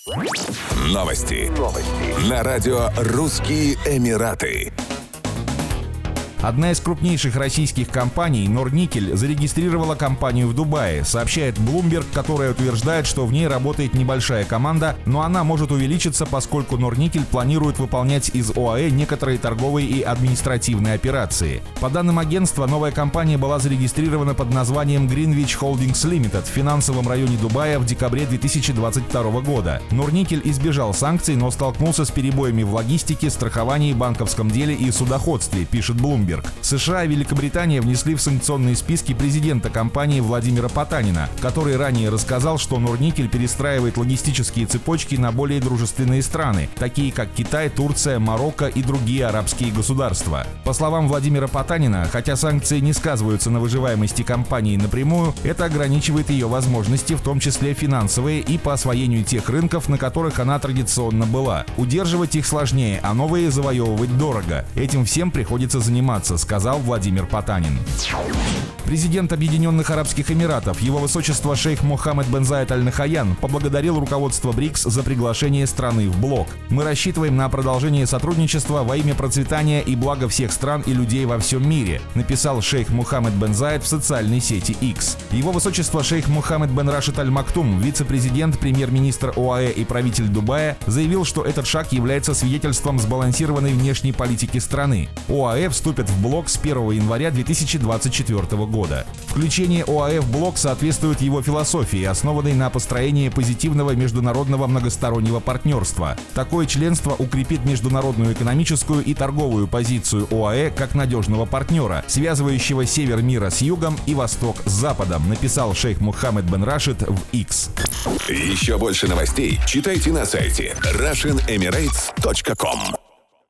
Новости. На радио «Русские Эмираты». Одна из крупнейших российских компаний, Норникель, зарегистрировала компанию в Дубае, сообщает Bloomberg, которая утверждает, что в ней работает небольшая команда, но она может увеличиться, поскольку Норникель планирует выполнять из ОАЭ некоторые торговые и административные операции. По данным агентства, новая компания была зарегистрирована под названием Greenwich Holdings Limited в финансовом районе Дубая в декабре 2022 года. Норникель избежал санкций, но столкнулся с перебоями в логистике, страховании, банковском деле и судоходстве, пишет Bloomberg. США и Великобритания внесли в санкционные списки президента компании Владимира Потанина, который ранее рассказал, что Норникель перестраивает логистические цепочки на более дружественные страны, такие как Китай, Турция, Марокко и другие арабские государства. По словам Владимира Потанина, хотя санкции не сказываются на выживаемости компании напрямую, это ограничивает ее возможности, в том числе финансовые, и по освоению тех рынков, на которых она традиционно была. Удерживать их сложнее, а новые завоевывать дорого. Этим всем приходится заниматься, сказал Владимир Потанин. Президент Объединенных Арабских Эмиратов, его высочество шейх Мохаммед бен Заид Аль Нахаян, поблагодарил руководство БРИКС за приглашение страны в блок. «Мы рассчитываем на продолжение сотрудничества во имя процветания и блага всех стран и людей во всем мире», написал шейх Мохаммед бен Заид в социальной сети X. Его высочество шейх Мохаммед бен Рашид Аль Мактум, вице-президент, премьер-министр ОАЭ и правитель Дубая, заявил, что этот шаг является свидетельством сбалансированной внешней политики страны. ОАЭ вступит в блок с 1 января 2024 года. Включение ОАЭ в блок соответствует его философии, основанной на построении позитивного международного многостороннего партнерства. Такое членство укрепит международную экономическую и торговую позицию ОАЭ как надежного партнера, связывающего север мира с югом и восток с западом, написал шейх Мохаммед бен Рашид в X. Еще больше новостей читайте на сайте RussianEmirates.com.